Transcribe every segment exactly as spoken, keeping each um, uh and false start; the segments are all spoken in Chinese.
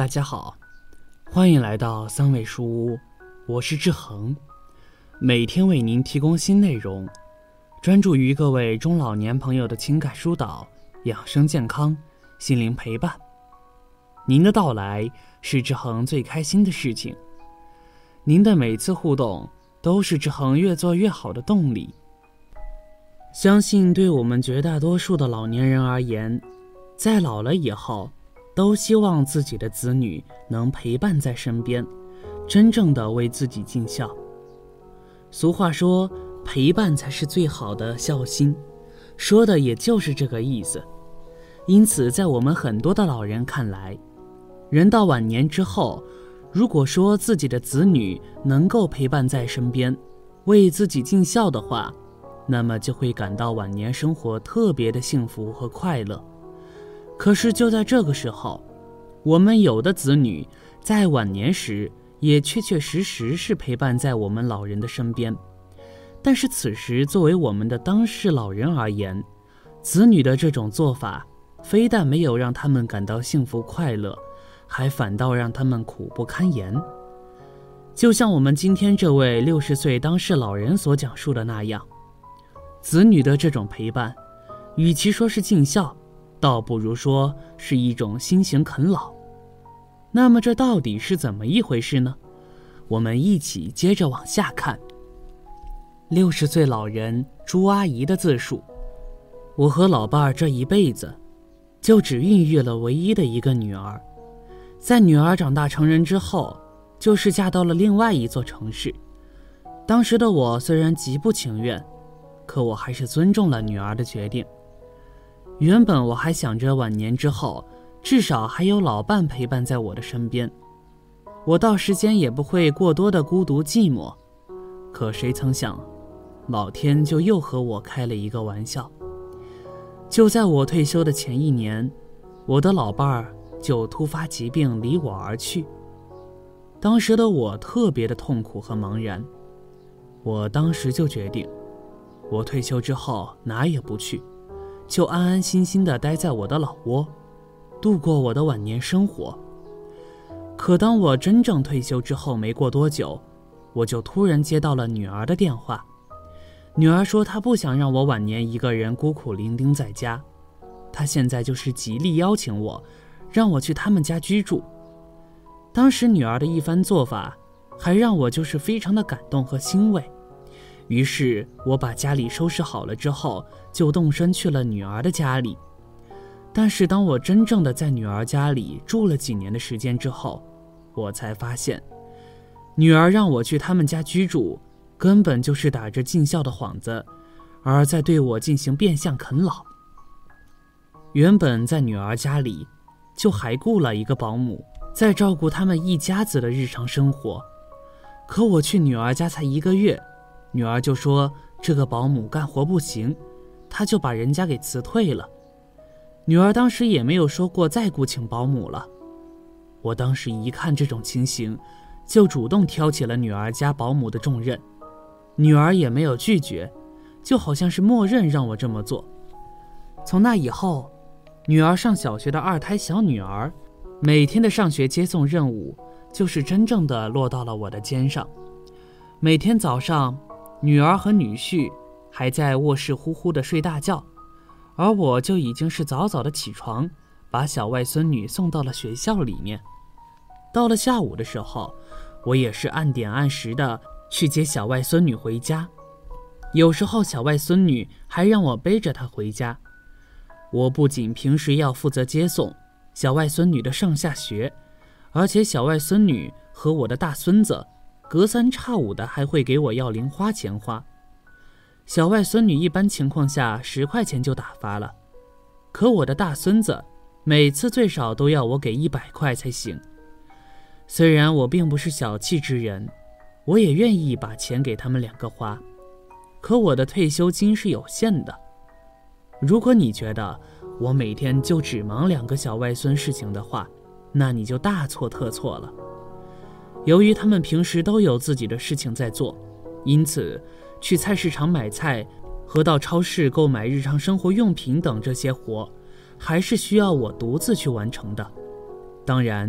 家好，欢迎来到三味书屋，我是志恒，每天为您提供新内容，专注于各位中老年朋友的情感疏导、养生健康、心灵陪伴。您的到来是志恒最开心的事情，您的每次互动都是志恒越做越好的动力。相信对我们绝大多数的老年人而言，在老了以后都希望自己的子女能陪伴在身边，真正的为自己尽孝。俗话说，陪伴才是最好的孝心，说的也就是这个意思。因此在我们很多的老人看来，人到晚年之后，如果说自己的子女能够陪伴在身边，为自己尽孝的话，那么就会感到晚年生活特别的幸福和快乐。可是就在这个时候，我们有的子女在晚年时也确确实实是陪伴在我们老人的身边，但是此时作为我们的当事老人而言，子女的这种做法非但没有让他们感到幸福快乐，还反倒让他们苦不堪言。就像我们今天这位六十岁当事老人所讲述的那样，子女的这种陪伴，与其说是尽孝，倒不如说是一种辛勤啃老。那么这到底是怎么一回事呢？我们一起接着往下看。六十岁老人朱阿姨的自述：我和老伴儿这一辈子就只孕育了唯一的一个女儿，在女儿长大成人之后，就是嫁到了另外一座城市。当时的我虽然极不情愿，可我还是尊重了女儿的决定。原本我还想着晚年之后至少还有老伴陪伴在我的身边，我到时间也不会过多的孤独寂寞。可谁曾想，老天就又和我开了一个玩笑。就在我退休的前一年，我的老伴儿就突发疾病离我而去。当时的我特别的痛苦和茫然，我当时就决定，我退休之后哪也不去，就安安心心地待在我的老窝，度过我的晚年生活。可当我真正退休之后没过多久，我就突然接到了女儿的电话。女儿说她不想让我晚年一个人孤苦伶仃在家，她现在就是极力邀请我，让我去他们家居住。当时女儿的一番做法，还让我就是非常的感动和欣慰。于是我把家里收拾好了之后，就动身去了女儿的家里。但是当我真正的在女儿家里住了几年的时间之后，我才发现，女儿让我去他们家居住，根本就是打着尽孝的幌子，而在对我进行变相啃老。原本在女儿家里就还雇了一个保姆，在照顾他们一家子的日常生活。可我去女儿家才一个月，女儿就说这个保姆干活不行，她就把人家给辞退了。女儿当时也没有说过再雇请保姆了。我当时一看这种情形，就主动挑起了女儿家保姆的重任。女儿也没有拒绝，就好像是默认让我这么做。从那以后，女儿上小学的二胎小女儿每天的上学接送任务就是真正的落到了我的肩上。每天早上，女儿和女婿还在卧室呼呼的睡大觉，而我就已经是早早的起床，把小外孙女送到了学校里面。到了下午的时候，我也是按点按时的去接小外孙女回家。有时候小外孙女还让我背着她回家。我不仅平时要负责接送小外孙女的上下学，而且小外孙女和我的大孙子隔三差五的还会给我要零花钱花。小外孙女一般情况下十块钱就打发了，可我的大孙子每次最少都要我给一百块才行。虽然我并不是小气之人，我也愿意把钱给他们两个花，可我的退休金是有限的。如果你觉得我每天就只忙两个小外孙事情的话，那你就大错特错了。由于他们平时都有自己的事情在做，因此去菜市场买菜和到超市购买日常生活用品等这些活，还是需要我独自去完成的。当然，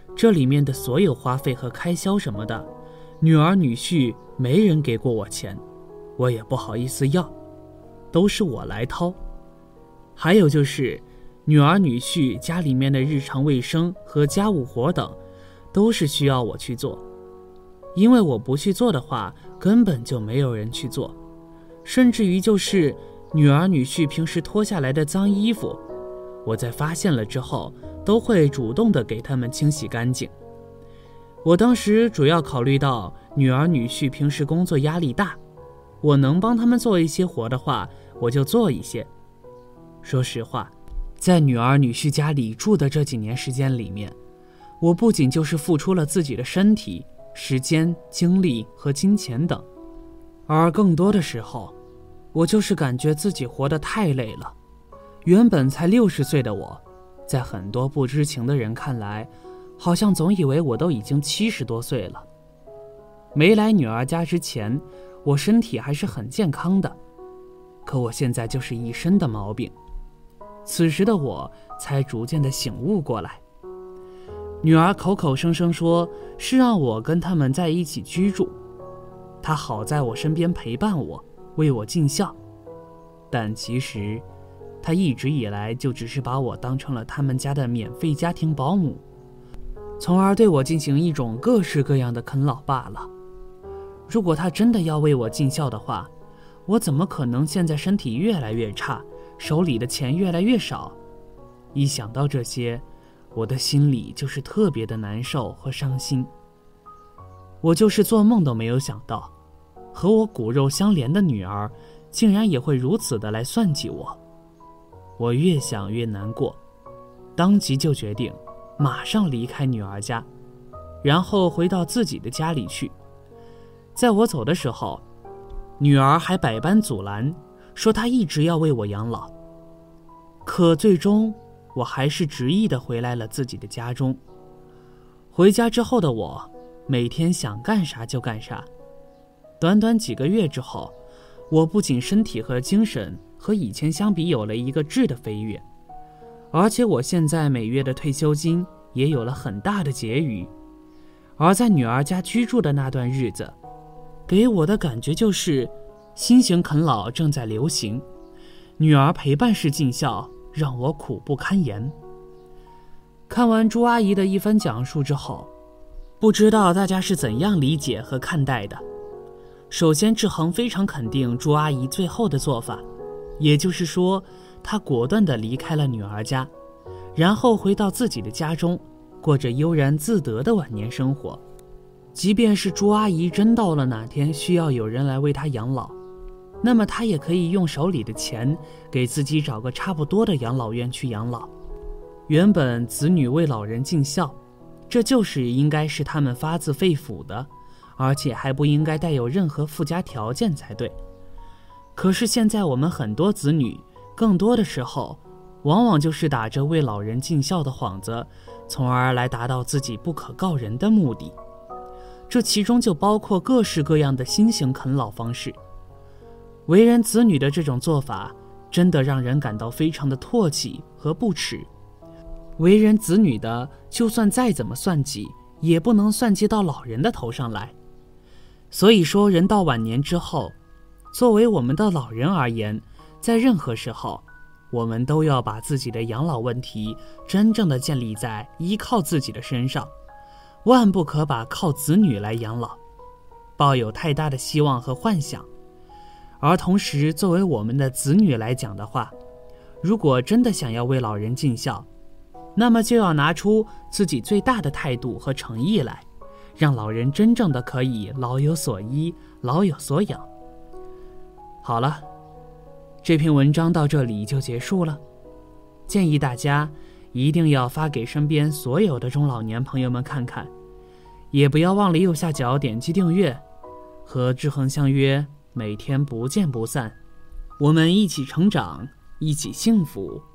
这里面的所有花费和开销什么的，女儿女婿没人给过我钱，我也不好意思要，都是我来掏。还有就是女儿女婿家里面的日常卫生和家务活等，都是需要我去做，因为我不去做的话，根本就没有人去做。甚至于就是女儿女婿平时脱下来的脏衣服，我在发现了之后，都会主动的给他们清洗干净。我当时主要考虑到女儿女婿平时工作压力大，我能帮他们做一些活的话，我就做一些。说实话，在女儿女婿家里住的这几年时间里面，我不仅就是付出了自己的身体、时间、精力和金钱等，而更多的时候，我就是感觉自己活得太累了。原本才六十岁的我，在很多不知情的人看来，好像总以为我都已经七十多岁了。没来女儿家之前，我身体还是很健康的，可我现在就是一身的毛病。此时的我才逐渐的醒悟过来，女儿口口声声说是让我跟他们在一起居住，她好在我身边陪伴我，为我尽孝，但其实她一直以来就只是把我当成了他们家的免费家庭保姆，从而对我进行一种各式各样的啃老罢了。如果她真的要为我尽孝的话，我怎么可能现在身体越来越差，手里的钱越来越少？一想到这些，我的心里就是特别的难受和伤心。我就是做梦都没有想到，和我骨肉相连的女儿竟然也会如此的来算计我。我越想越难过，当即就决定马上离开女儿家，然后回到自己的家里去。在我走的时候，女儿还百般阻拦，说她一直要为我养老。可最终我还是执意地回来了自己的家中。回家之后的我，每天想干啥就干啥。短短几个月之后，我不仅身体和精神和以前相比有了一个质的飞跃，而且我现在每月的退休金也有了很大的结余。而在女儿家居住的那段日子，给我的感觉就是新型啃老正在流行，女儿陪伴式尽孝让我苦不堪言。看完朱阿姨的一番讲述之后，不知道大家是怎样理解和看待的。首先，志恒非常肯定朱阿姨最后的做法，也就是说，她果断地离开了女儿家，然后回到自己的家中，过着悠然自得的晚年生活。即便是朱阿姨真到了哪天需要有人来为她养老，那么她也可以用手里的钱给自己找个差不多的养老院去养老。原本子女为老人尽孝，这就是应该是他们发自肺腑的，而且还不应该带有任何附加条件才对。可是现在我们很多子女，更多的时候往往就是打着为老人尽孝的幌子，从而来达到自己不可告人的目的。这其中就包括各式各样的新型啃老方式。为人子女的这种做法，真的让人感到非常的唾弃和不耻。为人子女的，就算再怎么算计，也不能算计到老人的头上来。所以说，人到晚年之后，作为我们的老人而言，在任何时候，我们都要把自己的养老问题真正的建立在依靠自己的身上，万不可把靠子女来养老抱有太大的希望和幻想。而同时，作为我们的子女来讲的话，如果真的想要为老人尽孝，那么就要拿出自己最大的态度和诚意来，让老人真正的可以老有所依，老有所养。好了，这篇文章到这里就结束了。建议大家一定要发给身边所有的中老年朋友们看看，也不要忘了右下角点击订阅，和志恒相约，每天不见不散。我们一起成长，一起幸福。